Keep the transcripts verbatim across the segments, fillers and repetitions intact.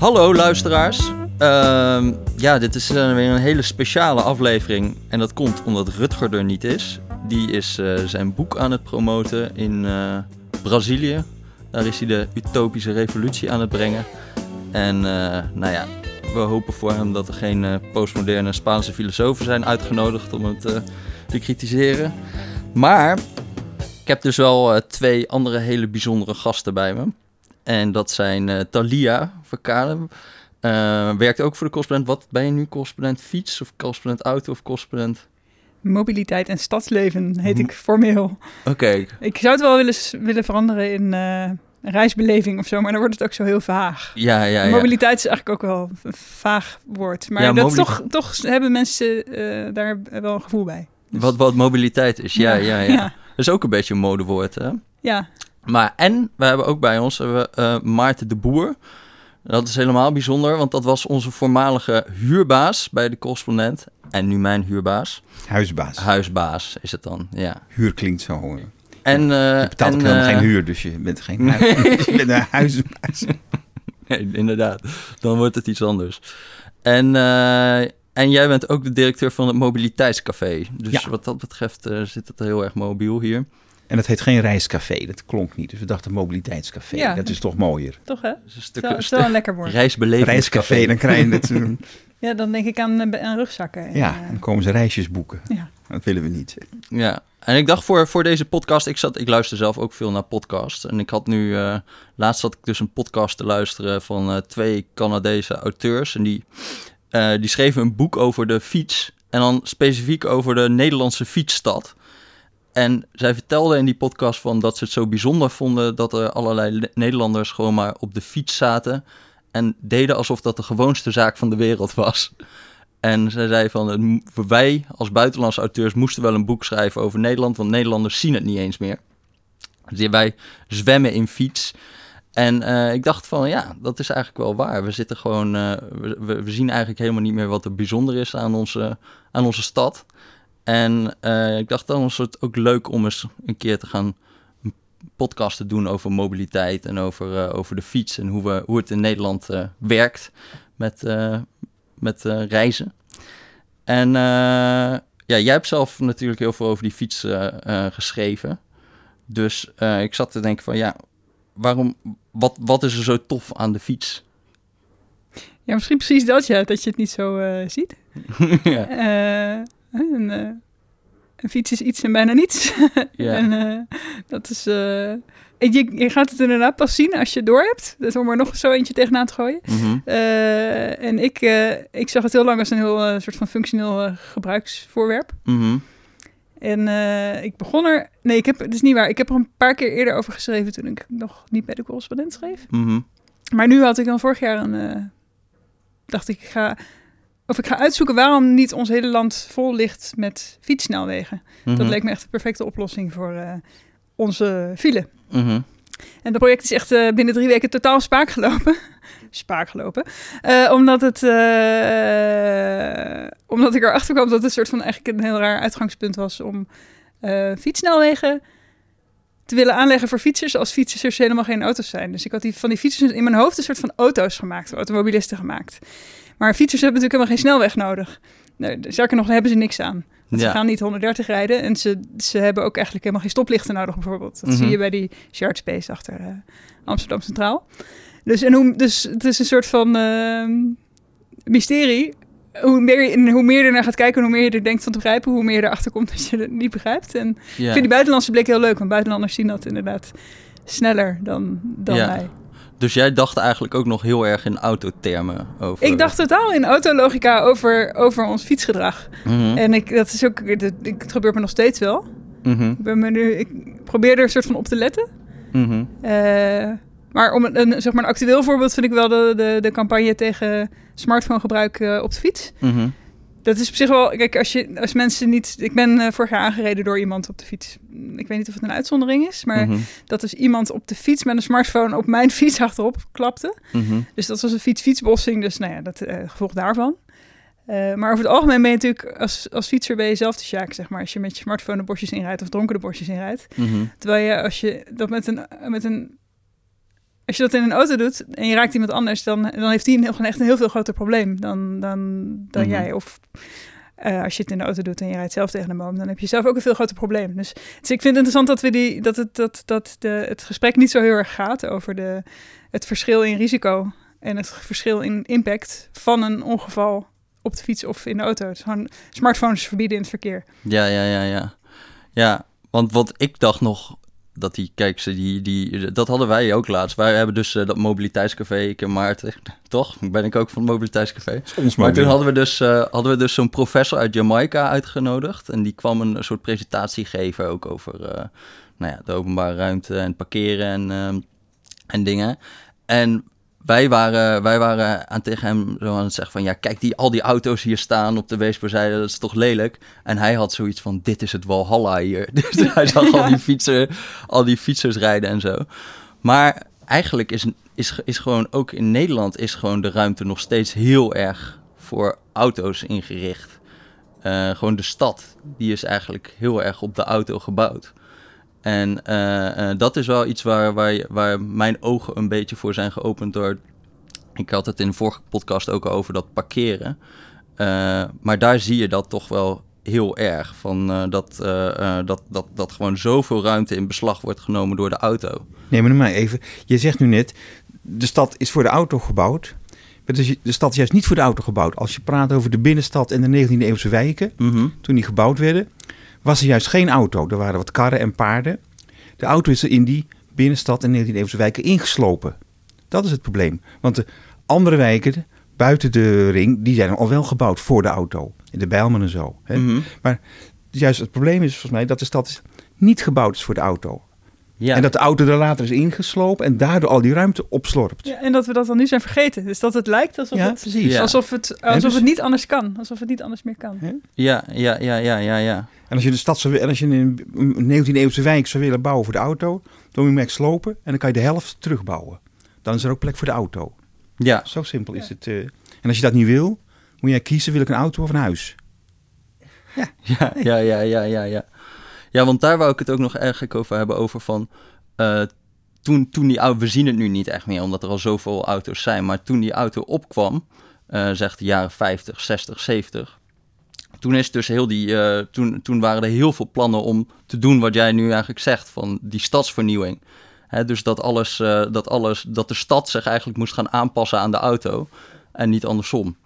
Hallo luisteraars. Uh, ja, dit is uh, weer een hele speciale aflevering. En dat komt omdat Rutger er niet is. Die is uh, zijn boek aan het promoten in uh, Brazilië. Daar is hij de utopische revolutie aan het brengen. En uh, nou ja, we hopen voor hem dat er geen uh, postmoderne Spaanse filosofen zijn uitgenodigd om het uh, te kritiseren. Maar ik heb dus wel uh, twee andere hele bijzondere gasten bij me. En dat zijn uh, Thalia Verkade. Uh, werkt ook voor de correspondent. Wat ben je nu? Correspondent fiets of correspondent auto of correspondent? Mobiliteit en stadsleven heet ik formeel. Oké. Okay. Ik zou het wel willen, willen veranderen in uh, reisbeleving of zo, maar dan wordt het ook zo heel vaag. Ja, ja, ja. Mobiliteit is eigenlijk ook wel een vaag woord. Maar ja, dat mobili- toch, toch hebben mensen uh, daar wel een gevoel bij. Dus... Wat, wat mobiliteit is, ja, ja, ja, ja. ja. Dat is ook een beetje een modewoord, hè? Ja. Maar en we hebben ook bij ons hebben we, uh, Maarten de Boer. Dat is helemaal bijzonder, want dat was onze voormalige huurbaas bij de correspondent. En nu mijn huurbaas. Huisbaas. Huisbaas is het dan, ja. Huur klinkt zo hoor. En, uh, je betaalt en, ook helemaal uh, geen huur, dus je bent geen huis, je bent een huisbaas. Nee, inderdaad. Dan wordt het iets anders. En, uh, en jij bent ook de directeur van het Mobiliteitscafé. Dus ja. Wat dat betreft uh, zit het heel erg mobiel hier. En dat heet geen reiscafé, dat klonk niet. Dus we dachten mobiliteitscafé, ja, dat is toch mooier. Toch hè? Dus een stuk, dat is wel een lekker woord. Reisbelevingscafé. Reiscafé, dan krijg je het... Een... Ja, dan denk ik aan, aan rugzakken. En, ja, dan komen ze reisjes boeken. Ja. Dat willen we niet. Ja, en ik dacht voor, voor deze podcast, ik, zat, ik luister zelf ook veel naar podcasts. En ik had nu, uh, laatst had ik dus een podcast te luisteren van uh, twee Canadese auteurs. En die, uh, die schreven een boek over de fiets. En dan specifiek over de Nederlandse fietsstad. En zij vertelden in die podcast van dat ze het zo bijzonder vonden dat er allerlei Nederlanders gewoon maar op de fiets zaten en deden alsof dat de gewoonste zaak van de wereld was. En zij zei van, wij als buitenlandse auteurs moesten wel een boek schrijven over Nederland, want Nederlanders zien het niet eens meer. Dus wij zwemmen in fiets. En uh, ik dacht van, ja, dat is eigenlijk wel waar. We zitten gewoon, uh, we, we zien eigenlijk helemaal niet meer wat er bijzonder is aan onze, aan onze stad. En uh, ik dacht, dan was het ook leuk om eens een keer te gaan een podcast te doen over mobiliteit en over, uh, over de fiets en hoe, we, hoe het in Nederland uh, werkt met, uh, met uh, reizen. En uh, ja, jij hebt zelf natuurlijk heel veel over die fiets uh, uh, geschreven. Dus uh, ik zat te denken van, ja, waarom, wat, wat is er zo tof aan de fiets? Ja, misschien precies dat, ja, dat je het niet zo uh, ziet. Ja. Uh, Een, uh, een fiets is iets en bijna niets. Ja. en uh, dat is... Uh, je, je gaat het inderdaad pas zien als je het door hebt. Dus om er nog zo eentje tegenaan te gooien. Mm-hmm. Uh, en ik, uh, ik zag het heel lang als een heel uh, soort van functioneel uh, gebruiksvoorwerp. Mm-hmm. En uh, ik begon er... Nee, ik heb, het is niet waar. Ik heb er een paar keer eerder over geschreven toen ik nog niet bij de correspondent schreef. Mm-hmm. Maar nu had ik dan vorig jaar een... Uh, dacht ik, ik ga... Of ik ga uitzoeken waarom niet ons hele land vol ligt met fietssnelwegen. Mm-hmm. Dat leek me echt de perfecte oplossing voor uh, onze file. Mm-hmm. En dat project is echt uh, binnen drie weken totaal spaak gelopen. spaak gelopen. Uh, omdat, het, uh, omdat ik erachter kwam dat het een soort van eigenlijk een heel raar uitgangspunt was om uh, fietssnelwegen te willen aanleggen voor fietsers als fietsers helemaal geen auto's zijn. Dus ik had die, van die fietsers in mijn hoofd een soort van auto's gemaakt, automobilisten gemaakt. Maar fietsers hebben natuurlijk helemaal geen snelweg nodig. Nee, sterker nog, daar hebben ze niks aan. Want ja. Ze gaan niet honderddertig rijden en ze, ze hebben ook eigenlijk helemaal geen stoplichten nodig bijvoorbeeld. Dat mm-hmm. zie je bij die shared space achter uh, Amsterdam Centraal. Dus, en hoe, dus het is een soort van uh, mysterie. Hoe meer, je, hoe meer je ernaar gaat kijken, hoe meer je er denkt van te begrijpen, hoe meer je erachter komt dat je het niet begrijpt. En ja. Ik vind die buitenlandse blik heel leuk, want buitenlanders zien dat inderdaad sneller dan, dan ja. wij. Dus jij dacht eigenlijk ook nog heel erg in autotermen over... Ik dacht totaal in autologica over, over ons fietsgedrag. Mm-hmm. En ik, dat is ook, dat, het gebeurt me nog steeds wel. Mm-hmm. Ik, ben me nu, ik probeer er een soort van op te letten. Mm-hmm. Uh, maar om een, een, zeg maar een actueel voorbeeld vind ik wel de, de, de campagne tegen smartphonegebruik uh, op de fiets. Mm-hmm. Dat is op zich wel... Kijk, als, je, als mensen niet... Ik ben uh, vorig jaar aangereden door iemand op de fiets. Ik weet niet of het een uitzondering is, maar mm-hmm. dat is iemand op de fiets met een smartphone op mijn fiets achterop klapte. Mm-hmm. Dus dat was een fiets-fietsbossing. Dus nou ja, dat uh, gevolg daarvan. Uh, maar over het algemeen ben je natuurlijk als, als fietser ben je zelf de sjaak, zeg maar. Als je met je smartphone de bosjes inrijdt of dronken de bosjes inrijdt. Mm-hmm. Terwijl je als je dat met een, met een als je dat in een auto doet en je raakt iemand anders, dan, dan heeft die gewoon echt een heel veel groter probleem dan, dan, dan mm-hmm. jij. Of uh, als je het in de auto doet en je rijdt zelf tegen een boom, dan heb je zelf ook een veel groter probleem. Dus, dus ik vind het interessant dat, we die, dat, het, dat, dat de, het gesprek niet zo heel erg gaat over de, het verschil in risico en het verschil in impact van een ongeval op de fiets of in de auto. Het is gewoon smartphones verbieden in het verkeer. Ja, ja, ja, ja. Ja, want wat ik dacht nog, dat die, kijk, ze die, die, dat hadden wij ook laatst. Wij hebben dus uh, dat mobiliteitscafé, ik en Maarten, toch? Ben ik ook van het mobiliteitscafé. Ons maar toen hadden we dus, uh, hadden we dus zo'n professor uit Jamaica uitgenodigd. En die kwam een soort presentatie geven ook over uh, nou ja, de openbare ruimte en parkeren en, uh, en dingen. En wij waren, wij waren aan tegen hem zo aan het zeggen van, ja, kijk, die, al die auto's hier staan op de Weesperzijde, dat is toch lelijk? En hij had zoiets van, dit is het Walhalla hier. Dus hij zag al die fietsen, al die fietsers rijden en zo. Maar eigenlijk is, is, is gewoon, ook in Nederland is gewoon de ruimte nog steeds heel erg voor auto's ingericht. Uh, gewoon de stad, die is eigenlijk heel erg op de auto gebouwd. En uh, uh, dat is wel iets waar, waar, waar mijn ogen een beetje voor zijn geopend door... Ik had het in de vorige podcast ook over dat parkeren. Uh, maar daar zie je dat toch wel heel erg. Van, uh, dat, uh, uh, dat, dat, dat gewoon zoveel ruimte in beslag wordt genomen door de auto. Nee, maar noem maar even. Je zegt nu net, de stad is voor de auto gebouwd. Maar dus de stad is juist niet voor de auto gebouwd. Als je praat over de binnenstad en de negentiende eeuwse wijken, mm-hmm. toen die gebouwd werden, was er juist geen auto. Er waren wat karren en paarden. De auto is er in die binnenstad en negentiende eeuwse wijken ingeslopen. Dat is het probleem. Want de andere wijken buiten de ring, die zijn al wel gebouwd voor de auto. In de Bijlmer en zo. Hè? Mm-hmm. Maar juist het probleem is volgens mij dat de stad niet gebouwd is voor de auto. Ja. En dat de auto er later is ingeslopen en daardoor al die ruimte opslorpt. Ja, en dat we dat dan nu zijn vergeten. Dus dat het lijkt alsof, ja, het, precies. alsof, het, alsof dus, het niet anders kan. Alsof het niet anders meer kan. Hè? Ja, ja, ja, ja, ja, ja. En als je de stad zou, en als je in een negentiende eeuwse wijk zou willen bouwen voor de auto, dan moet je hem echt slopen en dan kan je de helft terugbouwen. Dan is er ook plek voor de auto. Ja. Zo simpel is ja. het. Uh, en als je dat niet wil, moet jij kiezen, wil ik een auto of een huis? Ja, ja, ja, ja, ja, ja, ja. Ja, want daar wou ik het ook nog eigenlijk over hebben, over van... Uh, toen, toen die auto, we zien het nu niet echt meer, omdat er al zoveel auto's zijn, maar toen die auto opkwam, uh, zeg de jaren vijftig, zestig, zeventig, toen is dus heel die, uh, toen, toen waren er heel veel plannen om te doen wat jij nu eigenlijk zegt, van die stadsvernieuwing. Hè, dus dat alles, uh, dat alles, dat de stad zich eigenlijk moest gaan aanpassen aan de auto en niet andersom.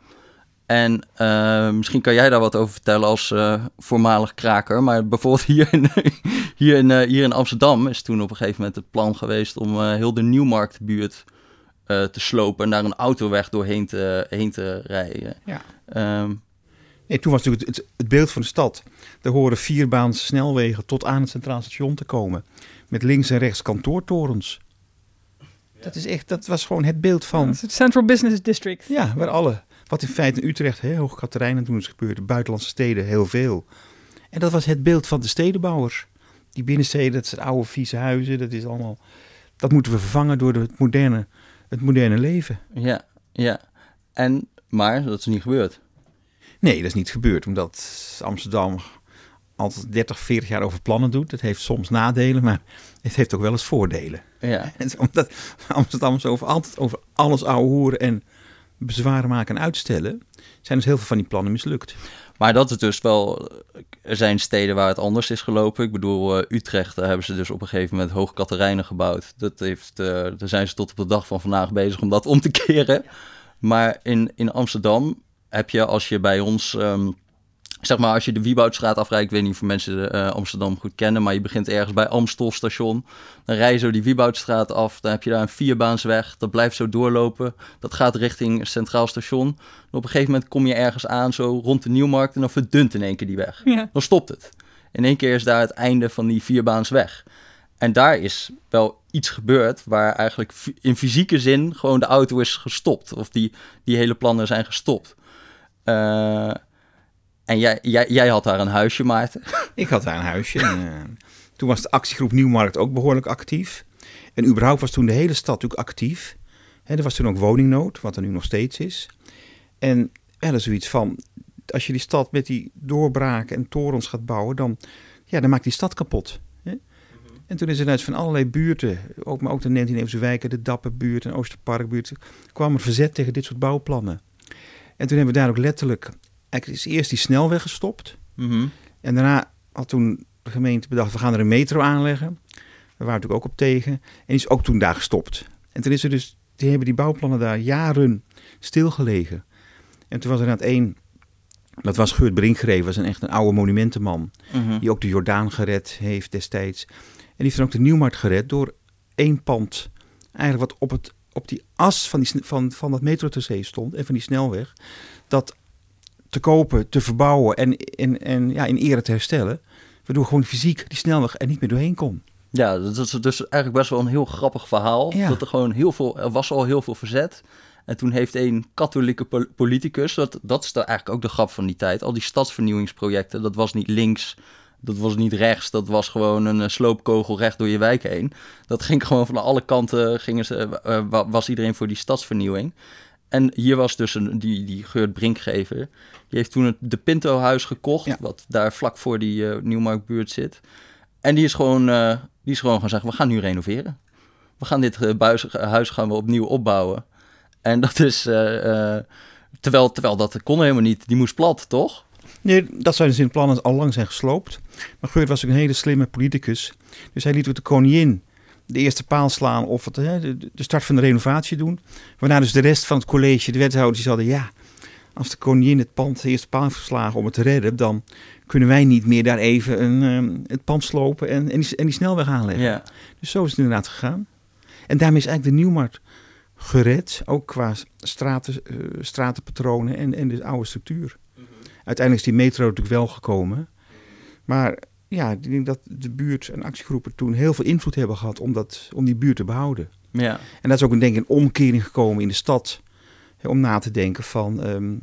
En uh, misschien kan jij daar wat over vertellen als uh, voormalig kraker. Maar bijvoorbeeld hier in, hier, in, uh, hier in Amsterdam is toen op een gegeven moment het plan geweest om uh, heel de Nieuwmarktbuurt uh, te slopen en daar een autoweg doorheen te, heen te rijden. Ja. Um, nee, toen was natuurlijk het, het beeld van de stad. Er horen vierbaans snelwegen tot aan het Centraal Station te komen. Met links en rechts kantoortorens. Ja. Dat is echt, dat was gewoon het beeld van... Het Central Business District. Ja, waar alle... Wat in feite in Utrecht, hè, Hoog Katerijnen toen is gebeurd, buitenlandse steden heel veel. En dat was het beeld van de stedenbouwers. Die binnensteden, dat zijn oude vieze huizen, dat is allemaal... Dat moeten we vervangen door het moderne, het moderne leven. Ja, ja. En, maar dat is niet gebeurd. Nee, dat is niet gebeurd, omdat Amsterdam altijd dertig, veertig jaar over plannen doet. Dat heeft soms nadelen, maar het heeft ook wel eens voordelen. Ja. En omdat Amsterdam zo over, altijd over alles ouwe hoeren en... bezwaren maken en uitstellen, zijn dus heel veel van die plannen mislukt. Maar dat is dus wel... Er zijn steden waar het anders is gelopen. Ik bedoel, uh, Utrecht, daar hebben ze dus op een gegeven moment Hoog Katerijnen gebouwd. Dat heeft, uh, daar zijn ze tot op de dag van vandaag bezig om dat om te keren. Maar in, in Amsterdam heb je, als je bij ons... Um, zeg maar, als je de Wieboudstraat afrijdt, ik weet niet of mensen uh, Amsterdam goed kennen, maar je begint ergens bij Amstelstation. Dan rij je zo die Wieboudstraat af, dan heb je daar een vierbaansweg, dat blijft zo doorlopen. Dat gaat richting Centraal Station. En op een gegeven moment kom je ergens aan, zo rond de Nieuwmarkt, en dan verdunt in één keer die weg. Ja. Dan stopt het. In één keer is daar het einde van die vierbaansweg. En daar is wel iets gebeurd waar eigenlijk in fysieke zin gewoon de auto is gestopt. Of die, die hele plannen zijn gestopt. Uh, En jij, jij, jij had daar een huisje, Maarten? Ik had daar een huisje. En, uh, toen was de actiegroep Nieuwmarkt ook behoorlijk actief. En überhaupt was toen de hele stad natuurlijk actief. He, er was toen ook woningnood, wat er nu nog steeds is. En ja, dat is zoiets van, als je die stad met die doorbraken en torens gaat bouwen, dan, ja, dan maakt die stad kapot. He? En toen is er uit van allerlei buurten, ook, maar ook de negentiende-eeuwse wijken, de Dapperbuurt en Oosterparkbuurt, kwam er verzet tegen dit soort bouwplannen. En toen hebben we daar ook letterlijk, eigenlijk is eerst die snelweg gestopt. Mm-hmm. En daarna had toen de gemeente bedacht, we gaan er een metro aanleggen. Daar waren we natuurlijk ook op tegen. En die is ook toen daar gestopt. En toen is er dus, die hebben die bouwplannen daar jaren stilgelegen. En toen was er inderdaad één, dat was Geurt Brinkgreve, was een echt een oude monumentenman. Mm-hmm. Die ook de Jordaan gered heeft destijds. En die heeft dan ook de Nieuwmarkt gered door één pand, eigenlijk wat op, het, op die as van, die, van, van dat metrotracé stond en van die snelweg, dat te kopen, te verbouwen en, en, en ja, in ere te herstellen, waardoor gewoon fysiek die snelweg er niet meer doorheen kon. Ja, dat is dus eigenlijk best wel een heel grappig verhaal. Ja. Dat er gewoon heel veel, er was al heel veel verzet. En toen heeft een katholieke pol- politicus, dat, dat is eigenlijk ook de grap van die tijd, al die stadsvernieuwingsprojecten, dat was niet links, dat was niet rechts, dat was gewoon een uh, sloopkogel recht door je wijk heen. Dat ging gewoon van alle kanten, gingen ze, uh, was iedereen voor die stadsvernieuwing. En hier was dus een, die, die Geurt Brinkgever, die heeft toen het de Pinto-huis gekocht, ja. Wat daar vlak voor die uh, Nieuwmarktbuurt zit. En die is gewoon, uh, die is gewoon gaan zeggen, we gaan nu renoveren. We gaan dit uh, buis, huis gaan we opnieuw opbouwen. En dat is, uh, uh, terwijl, terwijl dat kon helemaal niet, die moest plat, toch? Nee, dat zijn dus in plannen al lang zijn gesloopt. Maar Geurt was ook een hele slimme politicus. Dus hij liet ook de koningin de eerste paal slaan of het, hè, de, de start van de renovatie doen. Waarna dus de rest van het college, de wethouders, die hadden, ja, als de koningin het pand de eerste paal heeft geslagen om het te redden, dan kunnen wij niet meer daar even een, um, het pand slopen en, en, die, en die snelweg aanleggen. Ja. Dus zo is het inderdaad gegaan. En daarmee is eigenlijk de Nieuwmarkt gered, ook qua straten, uh, stratenpatronen en, en de oude structuur. Mm-hmm. Uiteindelijk is die metro natuurlijk wel gekomen. Maar ja, ik denk dat de buurt en actiegroepen toen heel veel invloed hebben gehad om, dat, om die buurt te behouden. Ja. En dat is ook een, denk ik, een omkering gekomen in de stad. Hè, om na te denken van, um,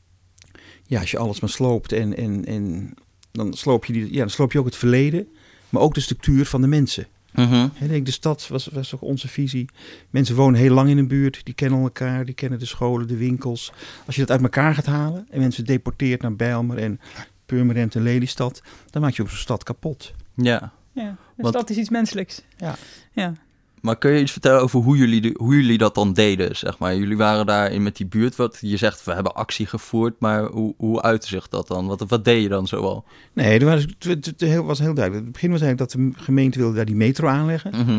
ja, als je alles maar sloopt en, en, en dan, sloop je die, ja, dan sloop je ook het verleden, maar ook de structuur van de mensen. Mm-hmm. He, denk, de stad was, was toch onze visie. Mensen wonen heel lang in een buurt, die kennen elkaar, die kennen de scholen, de winkels. Als je dat uit elkaar gaat halen en mensen deporteert naar Bijlmer en Purmerend en Lelystad, dan maak je ook zo'n stad kapot. Ja. Ja, een Want, stad is iets menselijks. Ja. Ja. Maar kun je iets vertellen over hoe jullie, de, hoe jullie dat dan deden, zeg maar? Jullie waren daar in met die buurt, wat je zegt, we hebben actie gevoerd, maar hoe, hoe uitte zich dat dan? Wat, wat deed je dan zoal? Nee, dat was, het, het, het was heel duidelijk. Het begin was eigenlijk dat de gemeente wilde daar die metro aanleggen. Mm-hmm.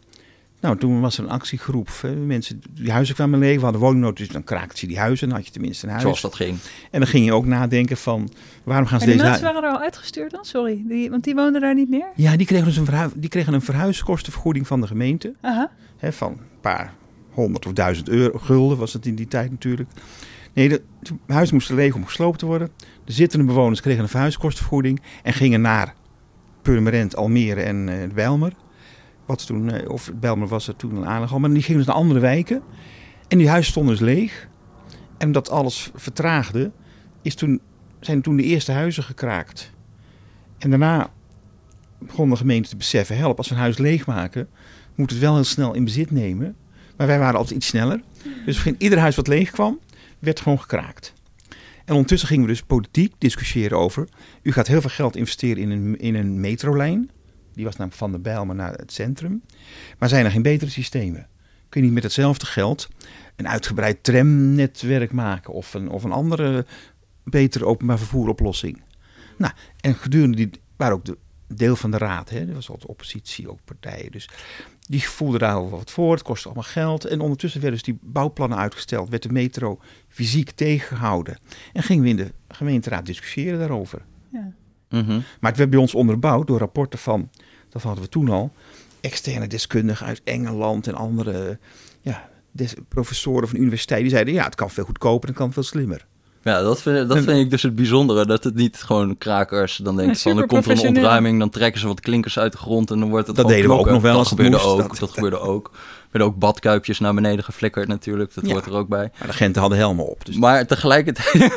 Nou, toen was er een actiegroep. Mensen, die huizen kwamen leeg. We hadden woningnood, dus dan kraakte je die huizen. Dan had je tenminste een huis. Zoals dat ging. En dan ging je ook nadenken van, waarom gaan ze en die deze... mensen waren er al uitgestuurd dan? Sorry, die, want die woonden daar niet meer? Ja, die kregen dus een, verhu... die kregen een verhuiskostenvergoeding van de gemeente. Aha. Hè, van een paar honderd of duizend euro, gulden was het in die tijd natuurlijk. Nee, de, het huis moest leeg om gesloopt te worden. De zittende bewoners kregen een verhuiskostenvergoeding en gingen naar Purmerend, Almere en uh, Bijlmer. Wat toen, of Bijlmer was er toen een aanleg al, maar die gingen dus naar andere wijken. En die huizen stonden dus leeg. En omdat alles vertraagde, is toen, zijn toen de eerste huizen gekraakt. En daarna begon de gemeente te beseffen, help, als we een huis leegmaken, moet het wel heel snel in bezit nemen. Maar wij waren altijd iets sneller. Dus begin, ieder huis wat leeg kwam, werd gewoon gekraakt. En ondertussen gingen we dus politiek discussiëren over, u gaat heel veel geld investeren in een, in een metrolijn. Die was namelijk van de Bijlmer naar het centrum. Maar zijn er geen betere systemen? Kun je niet met hetzelfde geld een uitgebreid tramnetwerk maken of een, of een andere betere openbaar vervoeroplossing? Nou, en gedurende die waren ook de deel van de raad, hè, er was altijd oppositie, ook partijen. Dus die voelden daar wel wat voor, het kostte allemaal geld. En ondertussen werden dus die bouwplannen uitgesteld, werd de metro fysiek tegengehouden. En gingen we in de gemeenteraad discussiëren daarover. Ja. Mm-hmm. Maar het werd bij ons onderbouwd door rapporten van, dat hadden we toen al, externe deskundigen uit Engeland en andere ja, des, professoren van de universiteit. Die zeiden, ja, het kan veel goedkoper en het kan veel slimmer. Ja, dat vind, dat vind ik dus het bijzondere. Dat het niet gewoon krakers, dan denk je ja, van, er komt er een ontruiming, dan trekken ze wat klinkers uit de grond en dan wordt het dat gewoon deden knokken. we ook nog wel. Dat gebeurde moest, ook, dat, dat gebeurde ook. Er werden ook badkuipjes naar beneden geflikkerd natuurlijk, dat ja. hoort er ook bij. Maar de agenten hadden helmen op. Dus maar tegelijkertijd...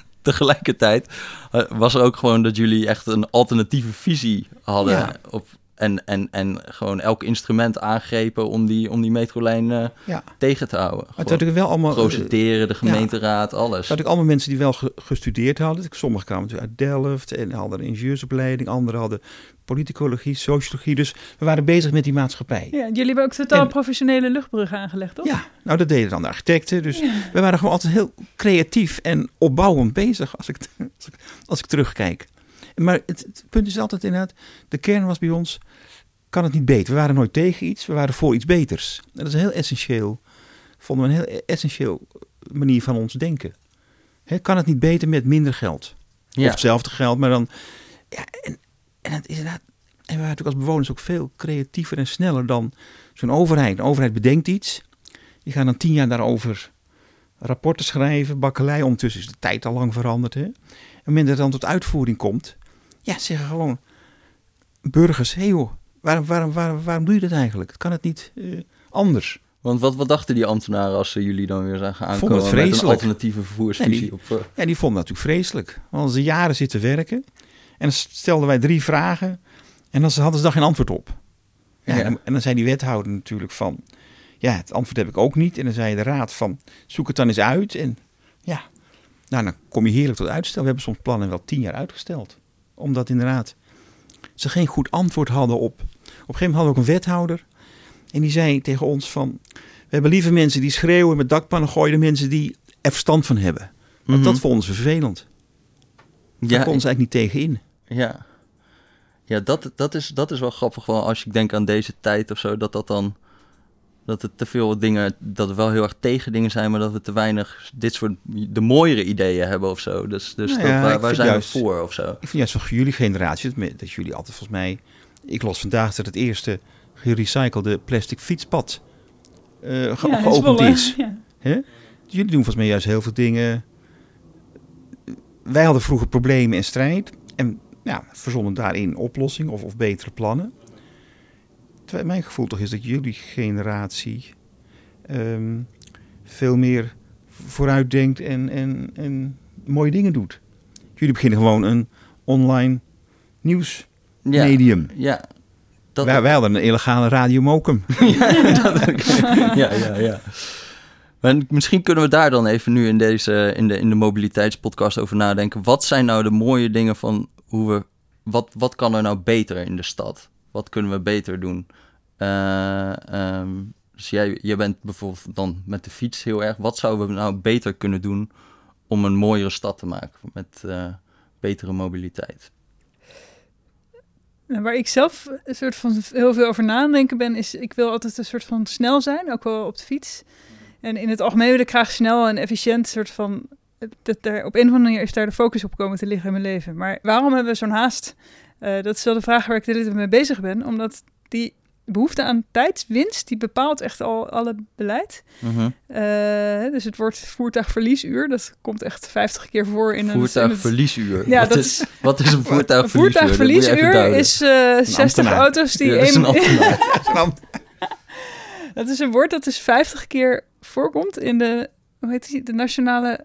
Tegelijkertijd was er ook gewoon dat jullie echt een alternatieve visie hadden. Ja. Op, En, en, en gewoon elk instrument aangrepen om die, om die metrolijn uh, ja. tegen te houden. Maar het wel allemaal procederen, de gemeenteraad, ja, alles. Dat ik allemaal mensen die wel ge- gestudeerd hadden. Sommigen kwamen natuurlijk uit Delft en hadden een ingenieursopleiding. Anderen hadden politicologie, sociologie. Dus we waren bezig met die maatschappij. Ja, jullie hebben ook totaal en, professionele luchtbruggen aangelegd, toch? Ja, nou dat deden dan de architecten. Dus ja. we waren gewoon altijd heel creatief en opbouwend bezig als ik, als ik, als ik terugkijk. Maar het, het punt is altijd inderdaad, de kern was bij ons, kan het niet beter. We waren nooit tegen iets, we waren voor iets beters. En dat is een heel essentieel, vonden we een heel essentieel manier van ons denken. He, kan het niet beter met minder geld? Ja. Of hetzelfde geld, maar dan... Ja, en, en het is inderdaad... En we waren natuurlijk als bewoners ook veel creatiever en sneller dan zo'n overheid. Een overheid bedenkt iets. Die gaan dan tien jaar daarover rapporten schrijven, bakkelei. Ondertussen is de tijd al lang veranderd. Hè? En op het moment dat het dan tot uitvoering komt... Ja, zeggen gewoon burgers, hé hey joh, waarom, waarom, waarom, waarom doe je dat eigenlijk? Kan het niet uh, anders? Want wat, wat dachten die ambtenaren als ze jullie dan weer zagen aankomen met een alternatieve vervoersvisie? Ja, die, op, uh... ja, die vonden dat natuurlijk vreselijk. Want ze jaren zitten werken en dan stelden wij drie vragen en dan hadden ze daar geen antwoord op. Ja, ja. En, en dan zei die wethouder natuurlijk van, ja, het antwoord heb ik ook niet. En dan zei de raad van, zoek het dan eens uit. En ja, nou, dan kom je heerlijk tot uitstel. We hebben soms plannen wel tien jaar uitgesteld. Omdat inderdaad ze geen goed antwoord hadden op... Op een gegeven moment hadden we ook een wethouder. En die zei tegen ons van... We hebben liever mensen die schreeuwen met dakpannen gooien... dan mensen die er verstand van hebben. Want mm-hmm. dat vonden ze vervelend. Daar ja, konden ze eigenlijk niet tegenin. Ja, ja dat, dat, is, dat is wel grappig. Wel, als ik denk aan deze tijd of zo... dat dat dan... dat het te veel dingen... dat we wel heel erg tegen dingen zijn... maar dat we te weinig dit soort... de mooiere ideeën hebben of zo. Dus, dus nou ja, dat, waar, waar zijn juist, we voor of zo? Ik vind juist van jullie generatie... Dat, dat jullie altijd volgens mij... Ik las vandaag dat het eerste gerecyclede plastic fietspad... Uh, ge- ja, geopend is. is. Ja. Jullie doen volgens mij juist heel veel dingen... Wij hadden vroeger problemen en strijd... en ja, verzonnen daarin oplossingen of, of betere plannen... Terwijl mijn gevoel toch is dat jullie generatie um, veel meer vooruitdenkt en, en, en mooie dingen doet. Jullie beginnen gewoon een online nieuwsmedium. Ja, ja, dat wij, wij hadden een illegale Radio Mokum. ja, dat, ja, ja, ja. Maar misschien kunnen we daar dan even nu in deze in de, in de mobiliteitspodcast over nadenken. Wat zijn nou de mooie dingen van hoe we... Wat, wat kan er nou beter in de stad? Wat kunnen we beter doen? Uh, um, dus jij, jij bent bijvoorbeeld dan met de fiets heel erg. Wat zouden we nou beter kunnen doen om een mooiere stad te maken met uh, betere mobiliteit? Waar ik zelf een soort van heel veel over nadenken ben, is ik wil altijd een soort van snel zijn, ook wel op de fiets. En in het algemeen wil ik graag snel en efficiënt soort van... Dat er op een of andere manier is daar de focus op komen te liggen in mijn leven. Maar waarom hebben we zo'n haast? Uh, dat is wel de vraag waar ik de hele tijd mee bezig ben. Omdat die behoefte aan tijdswinst, die bepaalt echt al alle beleid. Uh-huh. Uh, dus het woord voertuigverliesuur, dat komt echt vijftig keer voor in een... Voertuigverliesuur? Ja, wat, dat is, wat is een voertuigverliesuur? Een voertuigverliesuur is uh, zestig auto's die... Ja, dat is een ambtenaar. Dat is een woord dat dus vijftig keer voorkomt in de... Hoe heet die? De nationale...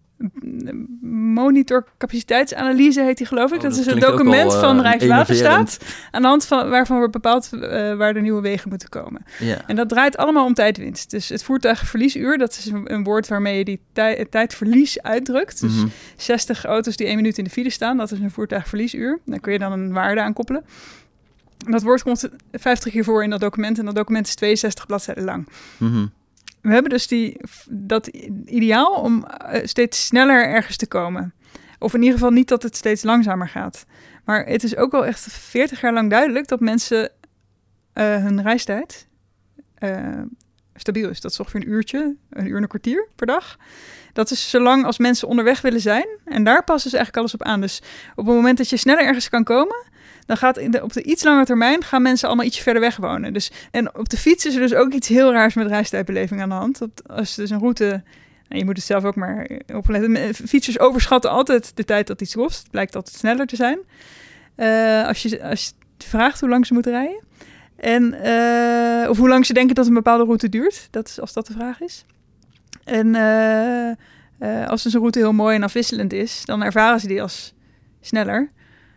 monitorcapaciteitsanalyse heet die, geloof ik. Oh, dat, dat is een document al, uh, van Rijkswaterstaat aan de hand van waarvan wordt bepaald uh, waar de nieuwe wegen moeten komen. Yeah. En dat draait allemaal om tijdwinst. Dus het voertuigverliesuur, dat is een, een woord waarmee je die tij- tijdverlies uitdrukt. Dus mm-hmm. zestig auto's die één minuut in de file staan, dat is een voertuigverliesuur. Daar kun je dan een waarde aan koppelen. Dat woord komt vijftig keer voor in dat document en dat document is tweeënzestig bladzijden lang. Mm-hmm. We hebben dus die, dat ideaal om uh, steeds sneller ergens te komen. Of in ieder geval niet dat het steeds langzamer gaat. Maar het is ook al echt veertig jaar lang duidelijk dat mensen uh, hun reistijd uh, stabiel is. Dat is ongeveer een uurtje, een uur en een kwartier per dag. Dat is zolang als mensen onderweg willen zijn. En daar passen ze eigenlijk alles op aan. Dus op het moment dat je sneller ergens kan komen... dan gaat in de, op de iets lange termijn gaan mensen allemaal ietsje verder weg wonen. Dus, en op de fiets is er dus ook iets heel raars met reistijdbeleving aan de hand. Dat als dus een route... Nou, je moet het zelf ook maar opletten. Fietsers overschatten altijd de tijd dat iets kost. Het blijkt altijd sneller te zijn. Uh, als, je, als je vraagt hoe lang ze moeten rijden. En, uh, of hoe lang ze denken dat een bepaalde route duurt. Dat is, als dat de vraag is. En uh, uh, als dus een route heel mooi en afwisselend is... dan ervaren ze die als sneller...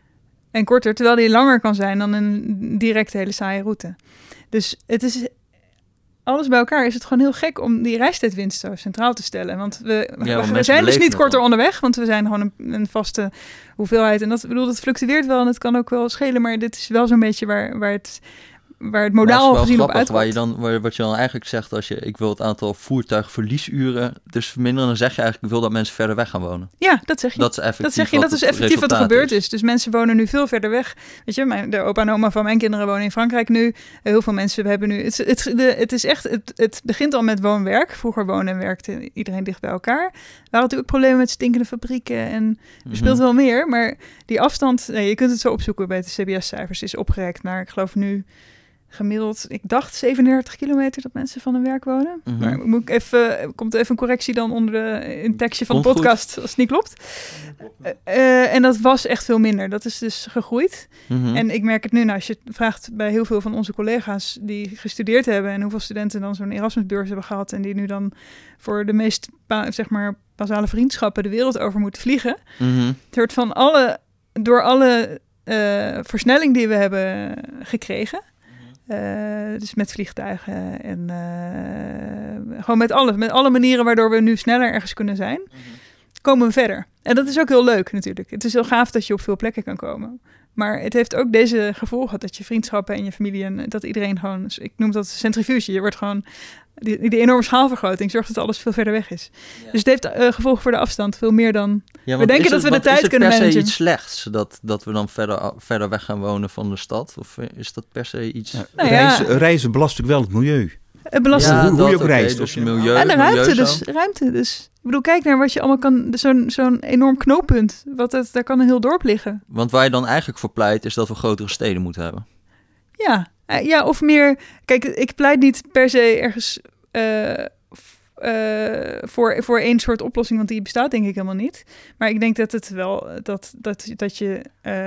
en korter, terwijl die langer kan zijn dan een directe hele saaie route. Dus het is alles bij elkaar is het gewoon heel gek om die reistijdwinst zo centraal te stellen. Want we, Ja, we, want we zijn dus niet korter wel. onderweg, want we zijn gewoon een, een vaste hoeveelheid. En dat, bedoel, dat fluctueert wel en het kan ook wel schelen, maar dit is wel zo'n beetje waar, waar het... waar het modaal gezien op uitkomt. Waar je dan, waar, wat je dan eigenlijk zegt, als je ik wil het aantal voertuigverliesuren dus verminderen, dan zeg je eigenlijk, ik wil dat mensen verder weg gaan wonen. Ja, dat zeg je. Dat is effectief, dat zeg je, dat is effectief wat er gebeurd is. is. Dus mensen wonen nu veel verder weg. Weet je, mijn, de opa en oma van mijn kinderen wonen in Frankrijk nu. Heel veel mensen we hebben nu. Het, het, de, het is echt. Het, het begint al met woon-werk. Vroeger woonde en werkte iedereen dicht bij elkaar. Er waren natuurlijk problemen met stinkende fabrieken en er speelt mm-hmm. wel meer. Maar die afstand, nee, je kunt het zo opzoeken bij de C B S-cijfers, is opgerekt naar, ik geloof nu. Gemiddeld, ik dacht zevenendertig kilometer dat mensen van hun werk wonen. Mm-hmm. Maar moet ik even, komt er even een correctie dan onder de, in het tekstje van de podcast, goed. Als het niet klopt. Uh, uh, en dat was echt veel minder. Dat is dus gegroeid. Mm-hmm. En ik merk het nu, nou, als je vraagt bij heel veel van onze collega's die gestudeerd hebben en hoeveel studenten dan zo'n Erasmusbeurs hebben gehad en die nu dan voor de meest, zeg maar, basale vriendschappen de wereld over moeten vliegen. Mm-hmm. Het wordt van alle, door alle uh, versnelling die we hebben gekregen, Uh, dus met vliegtuigen en uh, gewoon met alles, met alle manieren waardoor we nu sneller ergens kunnen zijn, mm-hmm. komen we verder. En dat is ook heel leuk natuurlijk. Het is heel gaaf dat je op veel plekken kan komen. Maar het heeft ook deze gevolgen dat je vriendschappen en je familie en dat iedereen gewoon, ik noem dat centrifuge, je wordt gewoon, die, die enorme schaalvergroting zorgt dat alles veel verder weg is. Ja. Dus het heeft uh, gevolgen voor de afstand, veel meer dan ja, we denken dat het, we de tijd kunnen managen. Is het per se iets slechts, dat, dat we dan verder, verder weg gaan wonen van de stad? Of is dat per se iets... Ja, nou ja. reizen, reizen belast natuurlijk wel het milieu. Het belast ja, hoe, hoe je ook okay, reist. Dus milieu, en de ruimte, milieu dus, ruimte dus. Ik bedoel, kijk naar wat je allemaal kan, zo'n, zo'n enorm knooppunt, wat het, daar kan een heel dorp liggen. Want waar je dan eigenlijk voor pleit, is dat we grotere steden moeten hebben. Ja, ja, of meer... Kijk, ik pleit niet per se ergens uh, uh, voor, voor één soort oplossing, want die bestaat denk ik helemaal niet. Maar ik denk dat het wel... Dat, dat, dat, je,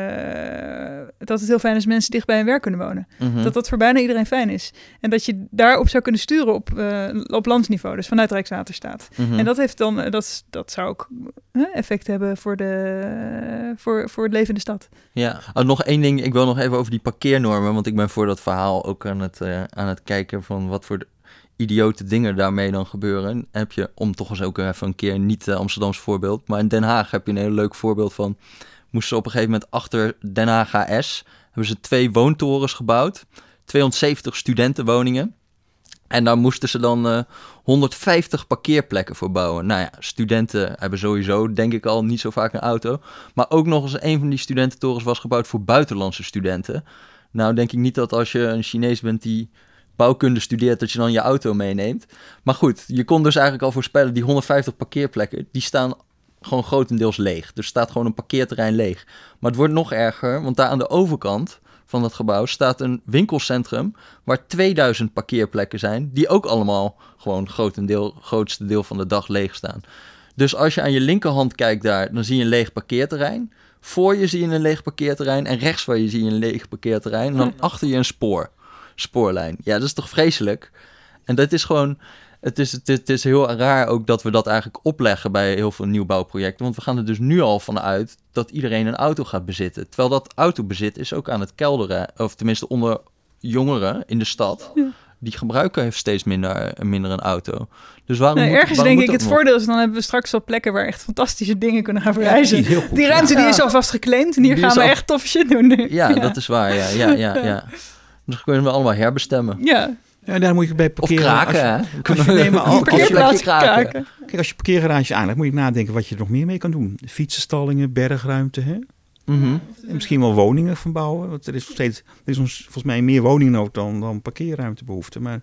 uh, dat het heel fijn is als mensen dicht bij hun werk kunnen wonen. Mm-hmm. Dat dat voor bijna iedereen fijn is. En dat je daarop zou kunnen sturen op, uh, op landsniveau, dus vanuit Rijkswaterstaat. Mm-hmm. En dat heeft dan... Uh, dat, dat zou ook uh, effect hebben voor, de, uh, voor, voor het leven in de stad. Ja, oh, nog één ding. Ik wil nog even over die parkeernormen, want ik ben voor dat verhaal ook aan het, uh, aan het kijken van wat voor... De, idiote dingen daarmee dan gebeuren. Heb je, om toch eens ook even een keer niet uh, Amsterdams voorbeeld, maar in Den Haag heb je een heel leuk voorbeeld van, moesten ze op een gegeven moment achter Den Haag H S, hebben ze twee woontorens gebouwd, tweehonderdzeventig studentenwoningen, en daar moesten ze dan uh, honderdvijftig parkeerplekken voor bouwen. Nou ja, studenten hebben sowieso, denk ik al, niet zo vaak een auto, maar ook nog eens een van die studententorens was gebouwd voor buitenlandse studenten. Nou denk ik niet dat als je een Chinees bent die bouwkunde studeert, dat je dan je auto meeneemt. Maar goed, je kon dus eigenlijk al voorspellen, die honderdvijftig parkeerplekken, die staan gewoon grotendeels leeg. Dus staat gewoon een parkeerterrein leeg. Maar het wordt nog erger, want daar aan de overkant van het gebouw staat een winkelcentrum waar tweeduizend parkeerplekken zijn, die ook allemaal gewoon grotendeel, grootste deel van de dag leeg staan. Dus als je aan je linkerhand kijkt daar, dan zie je een leeg parkeerterrein. Voor je zie je een leeg parkeerterrein en rechts van je zie je een leeg parkeerterrein en dan achter je een spoor. Spoorlijn. Ja, dat is toch vreselijk? En dat is gewoon... Het is, het, het is heel raar ook dat we dat eigenlijk opleggen bij heel veel nieuwbouwprojecten. Want we gaan er dus nu al van uit dat iedereen een auto gaat bezitten. Terwijl dat autobezit is ook aan het kelderen. Of tenminste onder jongeren in de stad. Ja. Die gebruiken heeft steeds minder, minder een auto. Dus waarom nee, moet, ergens waarom denk ik moet het nog? voordeel is, dan hebben we straks wel plekken waar echt fantastische dingen kunnen gaan verrijzen. Ja, die, goed, die ruimte ja. die is alvast geclaimd en hier Die gaan we al... echt toffe shit doen nu. Ja, ja, dat is waar. Ja, ja, ja, ja. Dus kunnen we allemaal herbestemmen. Ja. Ja, daar moet je bij parkeren. Of kraken, hè? Als je, nee, maar al, parkeerplaats kraken. Kijk, als je parkeergarage aanlegt, moet je nadenken wat je er nog meer mee kan doen. Fietsenstallingen, bergruimte, hè? Mm-hmm. En misschien wel woningen verbouwen. Want er is nog steeds, er is ons, volgens mij meer woningennood dan, dan parkeerruimtebehoefte. Maar...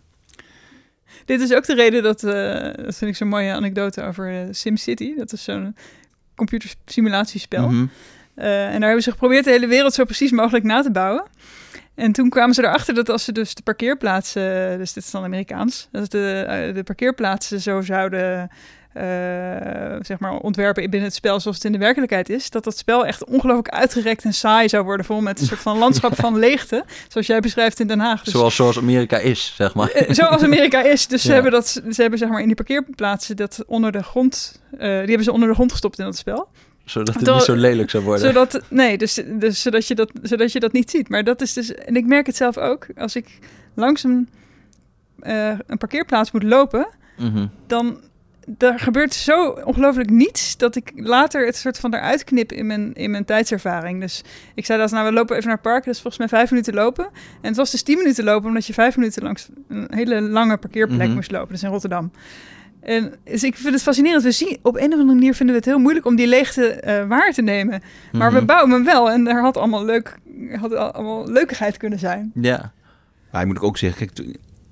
Dit is ook de reden dat, uh, dat vind ik zo'n mooie anekdote over uh, SimCity. Dat is zo'n computersimulatiespel. Mm-hmm. Uh, en daar hebben ze geprobeerd de hele wereld zo precies mogelijk na te bouwen. En toen kwamen ze erachter dat als ze dus de parkeerplaatsen, dus dit is dan Amerikaans, dat de, uh, de parkeerplaatsen zo zouden uh, zeg maar ontwerpen binnen het spel zoals het in de werkelijkheid is, dat dat spel echt ongelooflijk uitgerekt en saai zou worden, vol met een soort van landschap van leegte, zoals jij beschrijft in Den Haag. Dus, zoals, zoals Amerika is, zeg maar. Uh, zoals Amerika is. Dus ja. ze hebben dat, ze hebben zeg maar in die parkeerplaatsen dat onder de grond, uh, die hebben ze onder de grond gestopt in dat spel. Zodat het Door, niet zo lelijk zou worden. Zodat, nee, dus, dus zodat, je dat, zodat je dat niet ziet. Maar dat is dus... En ik merk het zelf ook. Als ik langs een, uh, een parkeerplaats moet lopen... Mm-hmm. dan... Er gebeurt zo ongelooflijk niets... dat ik later het soort van eruit knip in mijn, in mijn tijdservaring. Dus ik zei dat, nou, we lopen even naar het park. Dat is volgens mij vijf minuten lopen. En het was dus tien minuten lopen... omdat je vijf minuten langs een hele lange parkeerplek mm-hmm. moest lopen. Dus in Rotterdam. En dus ik vind het fascinerend. We zien, op een of andere manier vinden we het heel moeilijk om die leegte uh, waar te nemen. Maar mm-hmm. we bouwen hem wel. En er had allemaal, leuk, had allemaal leukigheid kunnen zijn. Ja. Maar je moet ook zeggen, kijk,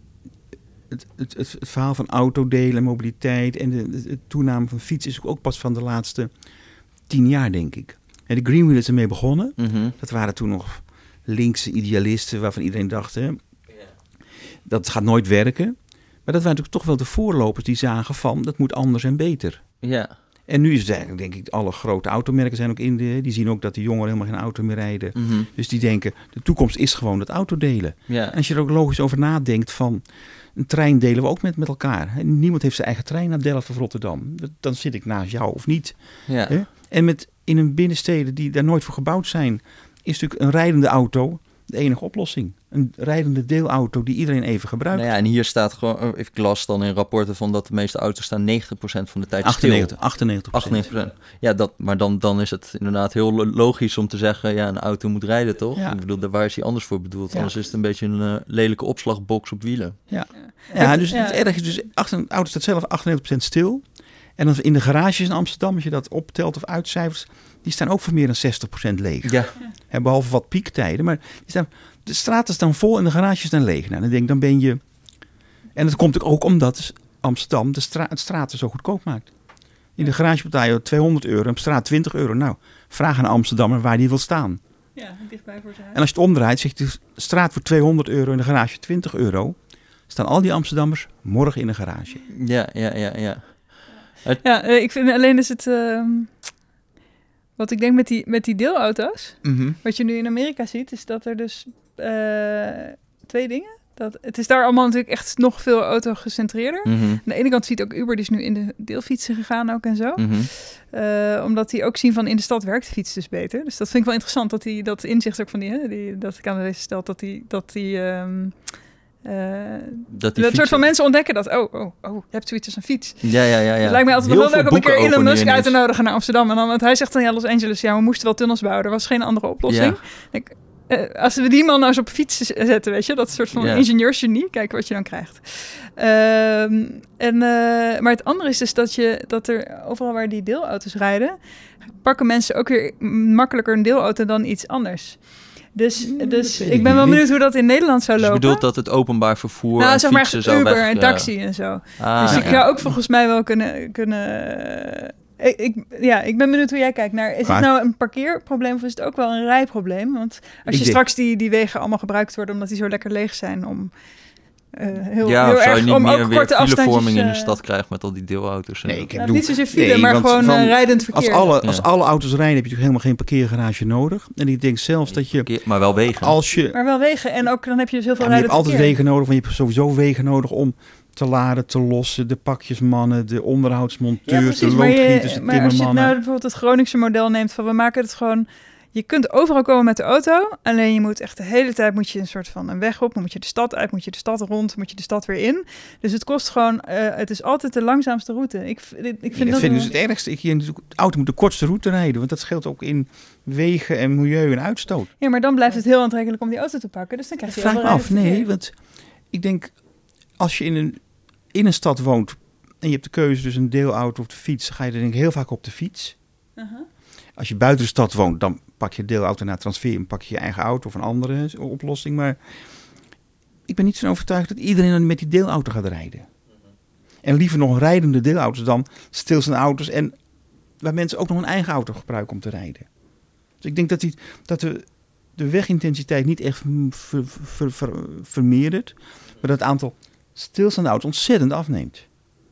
het, het, het, het verhaal van autodelen, mobiliteit en de, de, de toename van fiets is ook pas van de laatste tien jaar, denk ik. En de Green Wheel is ermee begonnen. Mm-hmm. Dat waren toen nog linkse idealisten waarvan iedereen dacht, hè, yeah. dat gaat nooit werken. Maar dat waren natuurlijk toch wel de voorlopers die zagen van, dat moet anders en beter. Ja. En nu is het eigenlijk, denk ik, alle grote automerken zijn ook in de... Die zien ook dat de jongeren helemaal geen auto meer rijden. Mm-hmm. Dus die denken, de toekomst is gewoon het autodelen. Ja. En als je er ook logisch over nadenkt van... Een trein delen we ook met, met elkaar. Hè? Niemand heeft zijn eigen trein naar Delft of Rotterdam. Dan zit ik naast jou of niet. Ja. Hè? En met, in een binnensteden die daar nooit voor gebouwd zijn... is natuurlijk een rijdende auto de enige oplossing. Een rijdende deelauto die iedereen even gebruikt. Nou ja, en hier staat gewoon, ik las dan in rapporten van dat de meeste auto's staan negentig procent van de tijd achtennegentig, stil. achtennegentig procent. Ja, dat, maar dan, dan is het inderdaad heel logisch om te zeggen, ja, een auto moet rijden, toch? Ja. Ik bedoel, waar is hij anders voor bedoeld? Ja. Anders is het een beetje een uh, lelijke opslagbox op wielen. Ja, ja dus ja. het erg is dus, achter, een auto staat zelf achtennegentig procent stil. En dan in de garages in Amsterdam, als je dat optelt of uitcijfert, die staan ook voor meer dan zestig procent leeg. Ja. Ja, behalve wat piektijden, maar die staan, de straten staan vol en de garages staan leeg. Nou, dan denk ik, dan ben je... En dat komt ook omdat Amsterdam de stra- het straten zo goedkoop maakt. In de garage betaal je tweehonderd euro, op straat twintig euro. Nou, vraag aan een Amsterdammer waar die wil staan. Ja, dichtbij voor zijn huis. En als je het omdraait, zegt de straat voor tweehonderd euro en de garage twintig euro... staan al die Amsterdammers morgen in een garage. Ja, ja, ja, ja. Het... Ja, ik vind alleen is het... Uh, wat ik denk met die, met die deelauto's... Mm-hmm. Wat je nu in Amerika ziet, is dat er dus uh, twee dingen... Dat, het is daar allemaal natuurlijk echt nog veel auto-gecentreerder. Mm-hmm. Aan de ene kant ziet ook Uber, die is nu in de deelfietsen gegaan ook en zo. Mm-hmm. Uh, omdat die ook zien van in de stad werkt de fiets dus beter. Dus dat vind ik wel interessant, dat die dat inzicht ook van die... Hè, die dat ik aan deze stelt, dat die... Dat die um, Uh, dat, dat soort van mensen ontdekken dat, oh, oh, oh, je hebt zoiets als een fiets. Ja, ja, ja. ja. Het lijkt mij altijd nog wel leuk om een keer Elon Musk uit te nodigen naar Amsterdam. En dan, want hij zegt dan, ja, Los Angeles, ja, we moesten wel tunnels bouwen. Er was geen andere oplossing. Ja. Ik, uh, als we die man nou eens op fiets zetten, weet je, dat soort van ja. ingenieursgenie, kijk wat je dan krijgt. Uh, en, uh, maar het andere is dus dat, je, dat er overal waar die deelauto's rijden, pakken mensen ook weer makkelijker een deelauto dan iets anders. Dus, dus ik ben wel benieuwd hoe dat in Nederland zou lopen. Dus je bedoelt dat het openbaar vervoer nou, en zeg maar fietsen zou Uber weg, en taxi ja. en zo. Ah, dus ik ja. zou ook volgens mij wel kunnen... kunnen ik, ik, ja, ik ben benieuwd hoe jij kijkt naar... Is maar, het nou een parkeerprobleem of is het ook wel een rijprobleem? Want als je denk, straks die, die wegen allemaal gebruikt worden... omdat die zo lekker leeg zijn om... Uh, heel, ja, heel of zou erg je niet om meer ook weer filevorming uh, in de uh, stad krijgt met al die deelauto's. Nee, ik heb nou, niet zozeer file, nee, maar gewoon van, uh, rijdend verkeer. Als alle, als ja. alle auto's rijden, heb je natuurlijk helemaal geen parkeergarage nodig. En ik denk zelfs dat je... Parkeer, maar wel wegen. Als je, maar wel wegen. En ook dan heb je dus heel veel ja, rijdend verkeer. Je hebt altijd wegen nodig, want je hebt sowieso wegen nodig om te laden, te lossen. De pakjesmannen, de onderhoudsmonteurs, ja, precies, de loodgieters, de timmermannen. Maar als je nou bijvoorbeeld het Groningse model neemt van we maken het gewoon... Je kunt overal komen met de auto, alleen je moet echt de hele tijd moet je een soort van een weg op, dan moet je de stad uit, moet je de stad rond, moet je de stad weer in. Dus het kost gewoon, uh, het is altijd de langzaamste route. Ik, ik vind ja, dat, dat vind ik dus het ergste. Ik, de auto moet de kortste route rijden, want dat scheelt ook in wegen en milieu en uitstoot. Ja, maar dan blijft het heel aantrekkelijk om die auto te pakken, dus dan krijg je Vraag me af, nee, want ik denk als je in een, in een stad woont en je hebt de keuze dus een deelauto of de fiets, ga je er denk ik heel vaak op de fiets. Uh-huh. Als je buiten de stad woont, dan pak je deelauto naar transfer en pak je je eigen auto of een andere oplossing. Maar ik ben niet zo overtuigd dat iedereen met die deelauto gaat rijden. Mm-hmm. En liever nog rijdende deelauto's dan stilstaande auto's en waar mensen ook nog een eigen auto gebruiken om te rijden. Dus ik denk dat, die, dat de, de wegintensiteit niet echt ver, ver, ver, vermeerdert, maar dat het aantal stilstaande auto's ontzettend afneemt.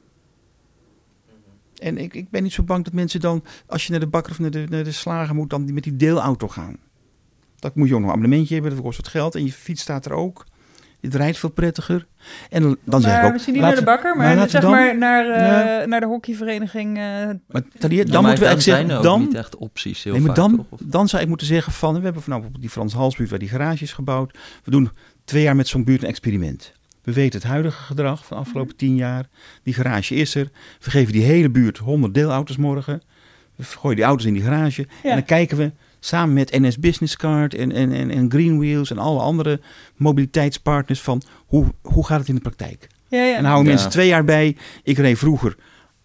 En ik, ik ben niet zo bang dat mensen dan, als je naar de bakker of naar de, naar de slager moet, dan die met die deelauto gaan. Dat moet je ook nog een abonnementje hebben, dat kost wat geld. En je fiets staat er ook. Het rijdt veel prettiger. En dan, dan zeg ik Maar ook... misschien niet laten- naar de bakker, maar, maar zeg dan- maar naar, uh, Ja. naar de hockeyvereniging. Uh, Maar Thalia, dan Ja, maar moeten we eigenlijk zijn er zeggen... ook Dan, niet echt opties heel nee, maar vaak, dan, toch? Of- dan zou ik moeten zeggen van... We hebben vanaf op die Frans Halsbuurt waar die garage is gebouwd. We doen twee jaar met zo'n buurt een experiment. We weten het huidige gedrag van de afgelopen tien jaar. Die garage is er. We geven die hele buurt honderd deelauto's morgen. We gooien die auto's in die garage. Ja. En dan kijken we samen met N S Business Card en, en, en, en Greenwheels... en alle andere mobiliteitspartners van hoe, hoe gaat het in de praktijk. ja, ja. En dan houden Ja. mensen twee jaar bij. Ik reed vroeger.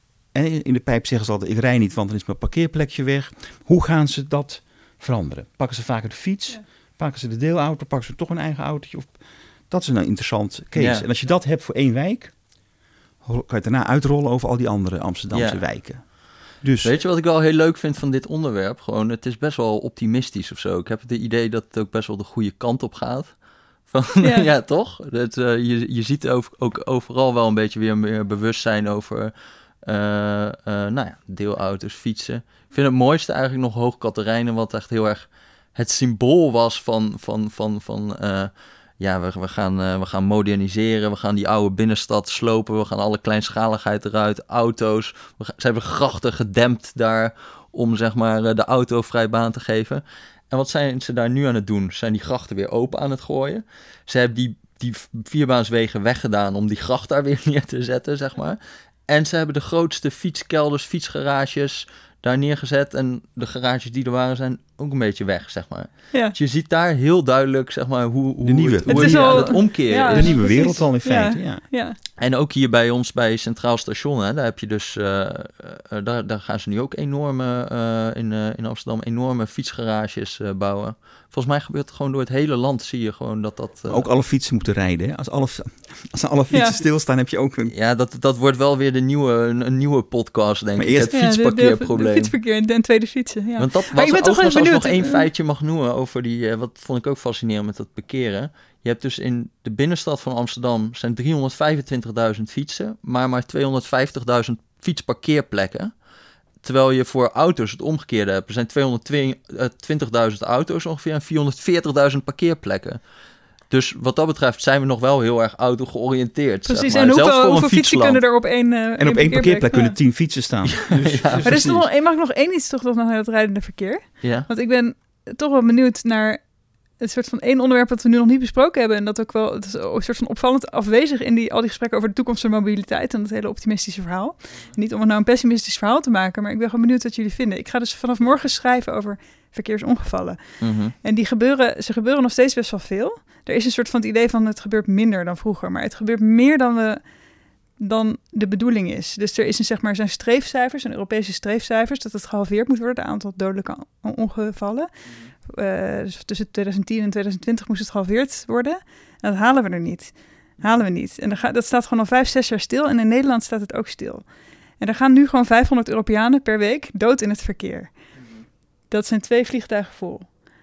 En in de pijp zeggen ze altijd, ik rij niet, want dan is mijn parkeerplekje weg. Hoe gaan ze dat veranderen? Pakken ze vaker de fiets? Ja. Pakken ze de deelauto? Pakken ze toch een eigen autootje? Of, dat is een interessant case. Ja. En als je dat hebt voor één wijk, kan je het daarna uitrollen over al die andere Amsterdamse Ja. wijken. Dus Weet je wat ik wel heel leuk vind van dit onderwerp? Gewoon, het is best wel optimistisch of zo. Ik heb het idee dat het ook best wel de goede kant op gaat. Van, Ja. ja. toch? Dat, uh, je, je ziet ook, ook overal wel een beetje weer meer bewustzijn over uh, uh, nou ja, deelauto's, fietsen. Ik vind het mooiste eigenlijk nog Hoog Catharijnen, wat echt heel erg het symbool was van... van, van, van uh, ja, we, we, gaan, uh, we gaan moderniseren, we gaan die oude binnenstad slopen, we gaan alle kleinschaligheid eruit, auto's. We gaan, ze hebben grachten gedempt daar om zeg maar uh, de auto vrij baan te geven. En wat zijn ze daar nu aan het doen? Ze zijn die grachten weer open aan het gooien. Ze hebben die, die vierbaanswegen weggedaan om die gracht daar weer neer te zetten, zeg maar. En ze hebben de grootste fietskelders, fietsgarages daar neergezet. En de garages die er waren zijn ook een beetje weg, zeg maar. Ja. Dus je ziet daar heel duidelijk, zeg maar, hoe, hoe De nieuwe. het, hoe Het het is nu al- aan het omkeren ja, de is. nieuwe precies. wereld al in feite. Ja. Ja. Ja. En ook hier bij ons bij Centraal Station, hè, daar heb je dus, uh, uh, daar, daar gaan ze nu ook enorme, uh, in, uh, in Amsterdam, enorme fietsgarages uh, bouwen. Volgens mij gebeurt het gewoon door het hele land, zie je gewoon dat dat... Uh, Ook alle fietsen moeten rijden. Hè? Als, alle, als alle fietsen Ja. stilstaan, heb je ook een... Ja, dat, dat wordt wel weer de nieuwe, een, een nieuwe podcast, denk Maar ik. eerst- Het Ja, de- de- fietsparkeerprobleem. De, fietsverkeer en ten tweede fietsen, ja. Want dat Maar was ik ben toch overigens, even als ik nog benieuwd, één eh, feitje mag noemen over die... Uh, wat vond ik ook fascinerend met dat parkeren. Je hebt dus in de binnenstad van Amsterdam zijn driehonderdvijfentwintigduizend fietsen, maar maar tweehonderdvijftigduizend fietsparkeerplekken. Terwijl je voor auto's het omgekeerde hebt. Er zijn tweehonderdtwintigduizend auto's ongeveer en vierhonderdveertigduizend parkeerplekken. Dus wat dat betreft zijn we nog wel heel erg auto georiënteerd. Precies, zeg maar. en Zelfs hoeveel, voor een hoeveel fietsen fietsland. kunnen er op één uh, En op één parkeerplek kunnen Ja. tien fietsen staan. Dus, dus Maar er is dat- toch nog, mag ik nog één iets toch nog naar het rijdende verkeer? Ja. Want ik ben toch wel benieuwd naar het soort van één onderwerp dat we nu nog niet besproken hebben. En dat ook wel, het is een soort van opvallend afwezig in die, al die gesprekken over de toekomst van mobiliteit en dat hele optimistische verhaal. Niet om het nou een pessimistisch verhaal te maken, maar ik ben gewoon benieuwd wat jullie vinden. Ik ga dus vanaf morgen schrijven over verkeersongevallen. Mm-hmm. En die gebeuren, ze gebeuren nog steeds best wel veel. Er is een soort van het idee van het gebeurt minder dan vroeger, maar het gebeurt meer dan we dan de bedoeling is. Dus er is een, zeg maar, zijn streefcijfers, een Europese streefcijfers, dat het gehalveerd moet worden, het aantal dodelijke ongevallen. Uh, dus tussen twintig tien en twintig twintig moest het gehalveerd worden. En dat halen we er niet. Halen we niet. En dat staat gewoon al vijf, zes jaar stil. En in Nederland staat het ook stil. En er gaan nu gewoon vijfhonderd Europeanen per week dood in het verkeer. Dat zijn twee vliegtuigen vol.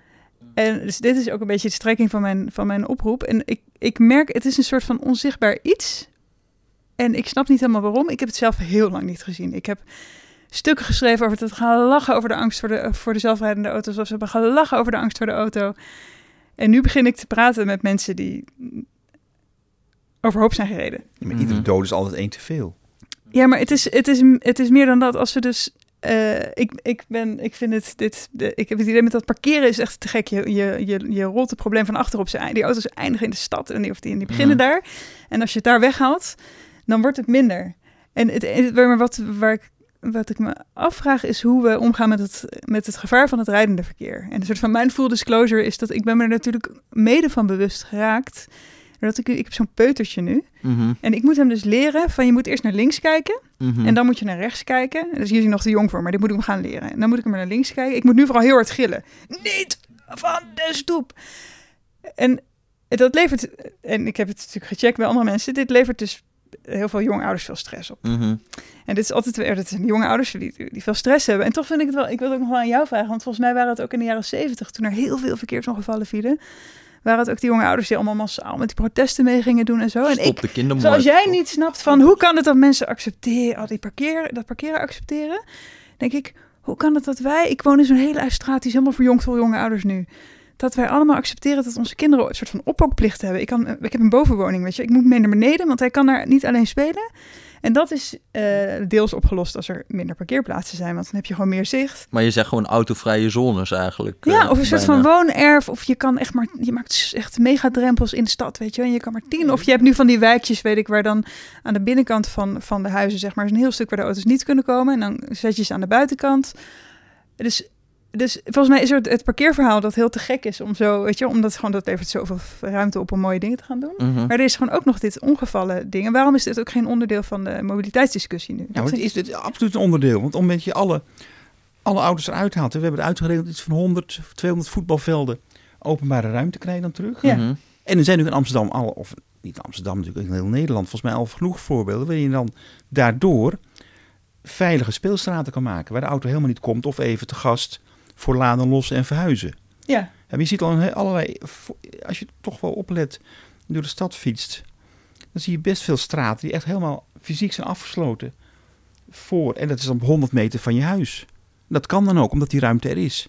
En dus dit is ook een beetje de strekking van mijn, van mijn oproep. En ik, ik merk, het is een soort van onzichtbaar iets. En ik snap niet helemaal waarom. Ik heb het zelf heel lang niet gezien. Ik heb stukken geschreven over het gaan lachen over de angst voor de, voor de zelfrijdende auto's. Of ze hebben gaan lachen over de angst voor de auto. En nu begin ik te praten met mensen die overhoop zijn gereden. Ja, maar iedere dood is altijd één te veel. Ja, maar het is, het is, het is meer dan dat. Als we dus... Uh, ik, ik, ben, ik vind het... Dit, de, ik heb het idee met dat parkeren is echt te gek. Je, je, je, je rolt het probleem van achter op zijn... Die auto's eindigen in de stad en die, of die, en die beginnen mm. daar. En als je het daar weghaalt, dan wordt het minder. En het, het, maar wat, waar ik, wat ik me afvraag is hoe we omgaan met het, met het gevaar van het rijdende verkeer. En een soort van mijn full disclosure is dat ik ben me er natuurlijk mede van bewust geraakt... Dat ik, ik heb zo'n peutertje nu. Mm-hmm. En ik moet hem dus leren van je moet eerst naar links kijken. Mm-hmm. En dan moet je naar rechts kijken. Dus hier is hij nog te jong voor, maar dit moet ik hem gaan leren. En dan moet ik hem naar links kijken. Ik moet nu vooral heel hard gillen. Niet van de stoep. En dat levert, en ik heb het natuurlijk gecheckt bij andere mensen. Dit levert dus heel veel jonge ouders veel stress op. Mm-hmm. En dit is altijd weer, dat zijn jonge ouders die, die veel stress hebben. En toch vind ik het wel, ik wil het ook nog wel aan jou vragen. Want volgens mij waren het ook in de jaren zeventig, toen er heel veel verkeersongevallen vielen, waren het ook die jonge ouders die allemaal massaal met die protesten mee gingen doen en zo. En Stop ik, de kindermoord. zoals jij niet snapt van hoe kan het dat mensen accepteren, al die parkeer, dat parkeren accepteren, denk ik, hoe kan het dat wij, ik woon in zo'n hele straat die is helemaal verjongd voor jonge ouders nu, dat wij allemaal accepteren dat onze kinderen een soort van ophoogplicht hebben. Ik, kan, ik heb een bovenwoning, weet je. Ik moet mee naar beneden, want hij kan daar niet alleen spelen. En dat is uh, deels opgelost als er minder parkeerplaatsen zijn, want dan heb je gewoon meer zicht. Maar je zegt gewoon autovrije zones eigenlijk. Ja, uh, of een soort bijna. van woonerf, of je kan echt maar, je maakt echt megadrempels in de stad, weet je. En je kan maar tien, of je hebt nu van die wijkjes, weet ik, waar dan aan de binnenkant van, van de huizen, zeg maar, is een heel stuk waar de auto's niet kunnen komen. En dan zet je ze aan de buitenkant. Dus Dus volgens mij is er het parkeerverhaal dat heel te gek is om zo, weet je, omdat gewoon dat levert zoveel ruimte op om mooie dingen te gaan doen. Mm-hmm. Maar er is gewoon ook nog dit ongevallen ding. En waarom is dit ook geen onderdeel van de mobiliteitsdiscussie nu? Ja, maar het is dit absoluut een onderdeel. Want op het moment dat je alle, alle auto's eruit haalt, we hebben het uitgerekend iets van honderd, tweehonderd voetbalvelden openbare ruimte krijgen dan terug. Ja. Mm-hmm. En er zijn nu in Amsterdam al, of niet Amsterdam natuurlijk, in heel Nederland volgens mij al genoeg voorbeelden waarin je dan daardoor veilige speelstraten kan maken, waar de auto helemaal niet komt of even te gast voor laden, lossen en verhuizen. Ja. En je ziet al een allerlei, als je toch wel oplet, door de stad fietst, dan zie je best veel straten die echt helemaal fysiek zijn afgesloten voor, en dat is dan op honderd meter van je huis. Dat kan dan ook, omdat die ruimte er is.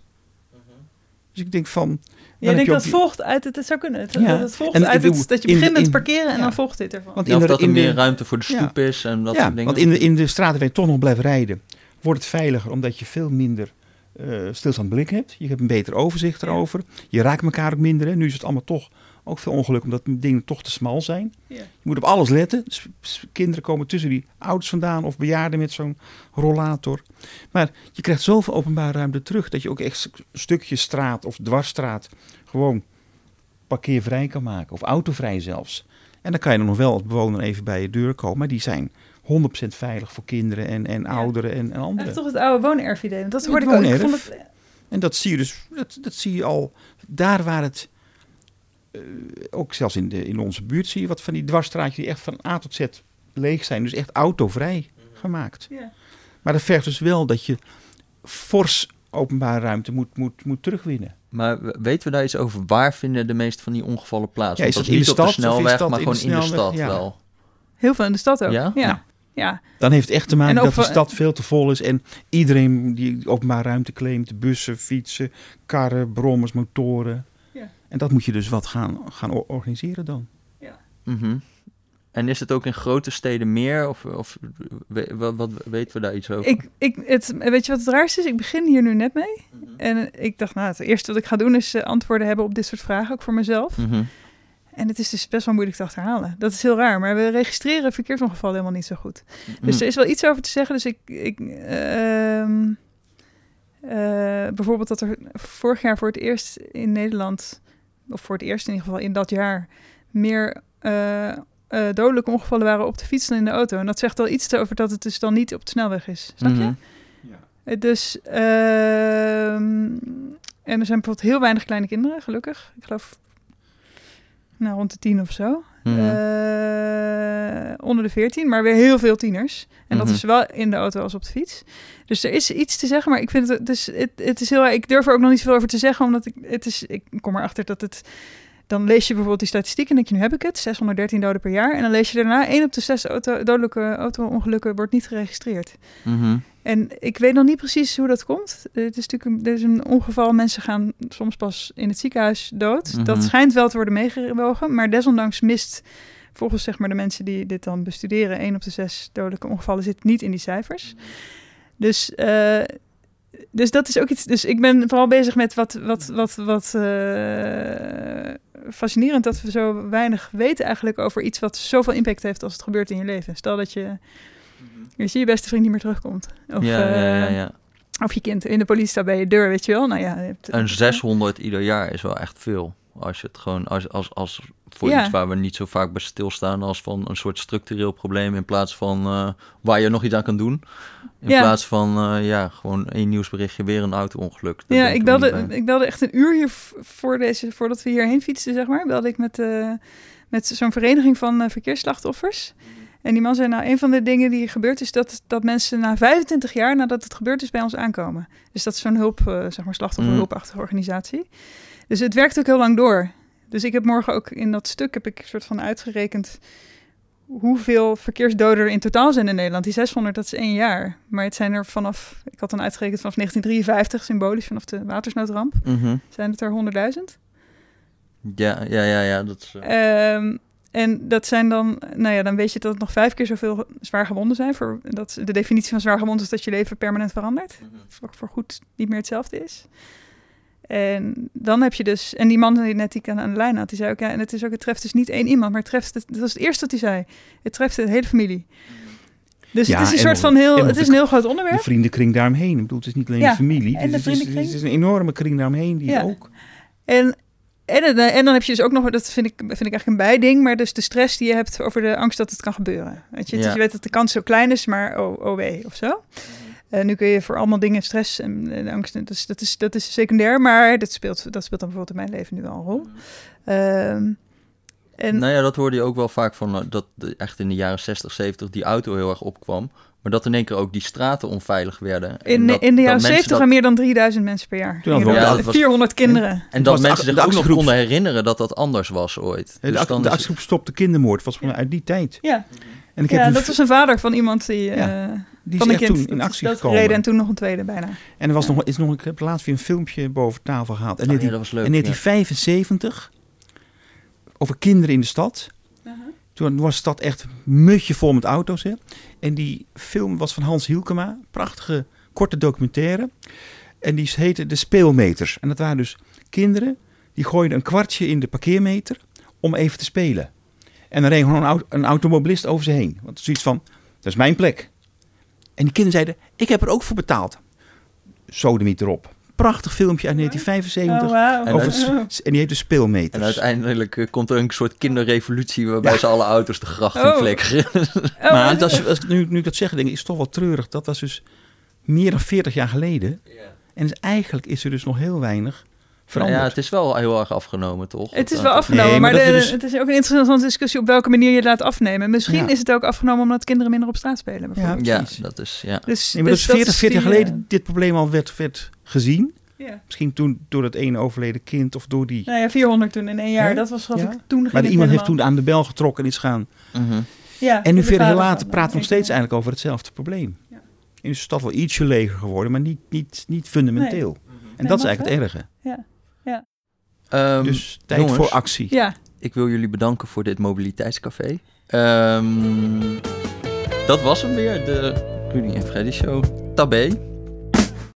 Dus ik denk van... Ja, ik denk dat die... volgt uit het, het zou kunnen. Het, ja. dat volgt en, uit en, het, dat je begint in, met in, parkeren en ja. dan volgt dit ervan. Want ja, of in de, dat er in meer de, ruimte voor de stoep ja. is en dat ja, soort dingen. want in de, in de straten waar je toch nog blijft rijden, wordt het veiliger omdat je veel minder uh, stilstaand blik hebt. Je hebt een beter overzicht erover. Ja. Je raakt elkaar ook minder. Hè. Nu is het allemaal toch ook veel ongeluk omdat dingen toch te smal zijn. Ja. Je moet op alles letten. Dus kinderen komen tussen die ouders vandaan of bejaarden met zo'n rollator. Maar je krijgt zoveel openbare ruimte terug dat je ook echt een stukje straat of dwarsstraat gewoon parkeervrij kan maken. Of autovrij zelfs. En dan kan je dan nog wel als bewoner even bij je deur komen. Maar die zijn honderd procent veilig voor kinderen en, en ja. ouderen en, en anderen. Dat is toch het oude woonerf-idee. Dat hoorde ik ook. Ik vond het... En dat zie je dus, dat, dat zie je al daar waar het, uh, ook zelfs in, de, in onze buurt zie je wat van die dwarsstraatjes die echt van A tot Z leeg zijn. Dus echt autovrij gemaakt. Ja. Maar dat vergt dus wel dat je fors openbare ruimte moet, moet, moet terugwinnen. Maar weten we daar iets over? Waar vinden de meeste van die ongevallen plaats? Ja, is Want dat, dat in de niet stad, op de snelweg, dat maar in gewoon de in de snelweg? stad Ja. wel. Heel veel in de stad ook. Ja? Ja. Ja. ja. Dan heeft het echt te maken dat de stad veel te vol is en iedereen die openbare ruimte claimt, bussen, fietsen, karren, brommers, motoren. Ja. En dat moet je dus wat gaan, gaan organiseren dan. Ja. Mm-hmm. En is het ook in grote steden meer? Of, of wat, wat weten we daar iets over? Ik, ik, het, weet je wat het raarste is? Ik begin hier nu net mee. Mm-hmm. En ik dacht, nou, het eerste wat ik ga doen is uh, antwoorden hebben op dit soort vragen, ook voor mezelf. Mm-hmm. En het is dus best wel moeilijk te achterhalen. Dat is heel raar, maar we registreren verkeersongevallen helemaal niet zo goed. Mm-hmm. Dus er is wel iets over te zeggen. Dus ik, ik uh, uh, bijvoorbeeld dat er vorig jaar voor het eerst in Nederland, of voor het eerst in ieder geval in dat jaar, meer uh, uh, dodelijke ongevallen waren op de fiets dan in de auto. En dat zegt wel iets over dat het dus dan niet op de snelweg is. Snap je? Mm-hmm. Ja. Dus, uh, en er zijn bijvoorbeeld heel weinig kleine kinderen, gelukkig. Ik geloof, nou, rond de tien of zo. Mm-hmm. Uh, onder de veertien, maar weer heel veel tieners. En mm-hmm. dat is wel in de auto als op de fiets. Dus er is iets te zeggen, maar ik vind het, dus het, het is heel, ik durf er ook nog niet veel over te zeggen, omdat ik, het is, ik kom erachter dat het, dan lees je bijvoorbeeld die statistieken en denk je, nu heb ik het, zeshonderddertien doden per jaar. En dan lees je daarna, één op de zes auto, dodelijke auto-ongelukken wordt niet geregistreerd. Mm-hmm. En ik weet nog niet precies hoe dat komt. Het is natuurlijk een, er is een ongeval. Mensen gaan soms pas in het ziekenhuis dood. Mm-hmm. Dat schijnt wel te worden meegewogen. Maar desondanks mist, volgens zeg maar de mensen die dit dan bestuderen, één op de zes dodelijke ongevallen zit niet in die cijfers. Dus, uh, dus dat is ook iets. Dus ik ben vooral bezig met wat, wat, wat, wat uh, fascinerend dat we zo weinig weten eigenlijk over iets wat zoveel impact heeft als het gebeurt in je leven. Stel dat je je ziet je beste vriend niet meer terugkomt. Of, ja, uh, ja, ja, ja. of je kind in de politie staat bij je deur, weet je wel. Nou ja, je hebt, en zeshonderd ieder jaar is wel echt veel. Als je het gewoon, als, als, als voor ja. iets waar we niet zo vaak bij stilstaan als van een soort structureel probleem in plaats van uh, waar je nog iets aan kan doen. In ja. plaats van, uh, ja, gewoon één nieuwsberichtje, weer een auto-ongeluk. Dat ja, ik belde, ik belde echt een uur hier voor deze, voordat we hierheen fietsten, zeg maar. Belde ik met, uh, met zo'n vereniging van uh, verkeersslachtoffers. En die man zei, nou, een van de dingen die gebeurt is dat, dat mensen na vijfentwintig jaar nadat het gebeurd is bij ons aankomen. Dus dat is zo'n hulp, uh, zeg maar, slachtofferhulpachtige organisatie. Dus het werkt ook heel lang door. Dus ik heb morgen ook in dat stuk, heb ik een soort van uitgerekend hoeveel verkeersdoden er in totaal zijn in Nederland. Die zeshonderd, dat is één jaar. Maar het zijn er vanaf, ik had dan uitgerekend vanaf negentien drieënvijftig, symbolisch vanaf de watersnoodramp, Mm-hmm. zijn het er honderdduizend. Ja, ja, ja, ja. Dat is, uh... Um, en dat zijn dan, nou ja, dan weet je dat het nog vijf keer zoveel zwaar gewonden zijn. Voor, dat, de definitie van zwaar gewond is dat je leven permanent verandert. Mm-hmm. Voor, voor goed niet meer hetzelfde is. En dan heb je dus, en die man die net die ik aan de lijn had, die zei ook, ja, en het is ook, het treft dus niet één iemand, maar het treft, het, dat was het eerste wat hij zei. Het treft de hele familie. Dus Ja, het is een en soort nog- van heel, en het nog is een heel groot onderwerp. De vriendenkring daaromheen. Ik bedoel, het is niet alleen Ja, de familie. en de het, is, het, is, vriendenkring. het is een enorme kring daaromheen die Ja. ook... En, en, en dan heb je dus ook nog, dat vind ik, vind ik eigenlijk een bijding, maar dus de stress die je hebt over de angst dat het kan gebeuren. Weet je, het is- Ja. je weet dat de kans zo klein is, maar oh, oh wee, of zo. Uh, nu kun je voor allemaal dingen stress en, en angst, en dus dat, is, dat is secundair, maar dat speelt, dat speelt dan bijvoorbeeld in mijn leven nu wel een rol. Um, en, Nou ja, dat hoorde je ook wel vaak van, uh, dat de, echt in de jaren zestig, zeventig die auto heel erg opkwam. Maar dat in één keer ook die straten onveilig werden. En in, dat, in de dat jaren mensen zeventig dat- waren meer dan drieduizend mensen per jaar. Toen hadden we ook- Ja, Ja, dat was- vierhonderd kinderen. En Het dat was de mensen ac- zich de ook nog actiegroep. konden herinneren dat dat anders was ooit. De, Dus ac- dan de is- actiegroep Stop de Kindermoord was van uit die tijd. Ja, En ik heb ja een dat v- was een vader van iemand die... Ja, uh, die van is een echt kind toen in dat- actie dat gekomen. gereden en toen nog een tweede bijna. En er was Ja. nog, is nog, ik heb laatst weer een filmpje boven tafel gehaald. En Oh, in ja, dat was leuk, in negentien vijfenzeventig, over kinderen in de stad. Toen was de stad echt mutje vol met auto's. Hè? En die film was van Hans Hielkema. Prachtige, korte documentaire. En die heette De Speelmeters. En dat waren dus kinderen die gooiden een kwartje in de parkeermeter om even te spelen. En dan reed gewoon een, auto, een automobilist over ze heen. Want zoiets van, dat is mijn plek. En die kinderen zeiden, ik heb er ook voor betaald. Sodemiet erop. Prachtig filmpje uit negentien vijfenzeventig. Oh, wauw. En Over uit- het- en die heet de Speelmeters. En uiteindelijk uh, komt er een soort kinderrevolutie waarbij Ja. ze alle auto's de gracht in Oh. flikkeren. Oh, maar wat- dat is, als ik, nu, nu ik dat zeg, denk ik, is het toch wel treurig. Dat was dus meer dan veertig jaar geleden. En dus eigenlijk is er dus nog heel weinig Nou veranderd. ja, het is wel heel erg afgenomen, toch? Het is Dat- wel afgenomen, Nee, maar maar, dat de- we dus- het is ook een interessante discussie op welke manier je het laat afnemen. Misschien Ja. is het ook afgenomen omdat kinderen minder op straat spelen. Ja, Bijvoorbeeld. Ja, precies. dat is, ja. Dus, Nee, maar dat dus is veertig, is veertig jaar die, geleden dit probleem al werd, werd gezien. eh, ja. Misschien toen door dat ene overleden kind of door die... Nou ja, vierhonderd toen in één jaar. Hè? Dat was geloof Ja. ik toen. ging Maar het iemand heeft helemaal- toen aan de bel getrokken en is gaan... Mhm. Ja, En nu de veertig jaar vader later van, praten we nog ik, steeds eh, eigenlijk over hetzelfde probleem. Ja. En is de stad wel ietsje leger geworden, maar niet, niet, niet fundamenteel. En dat is mag eigenlijk het erge. Ehm, Dus tijd jongens, voor actie. Ja, ik wil jullie bedanken voor dit mobiliteitscafé. Ehm, dat was hem weer, de Rudy en Freddy Show. Tabé.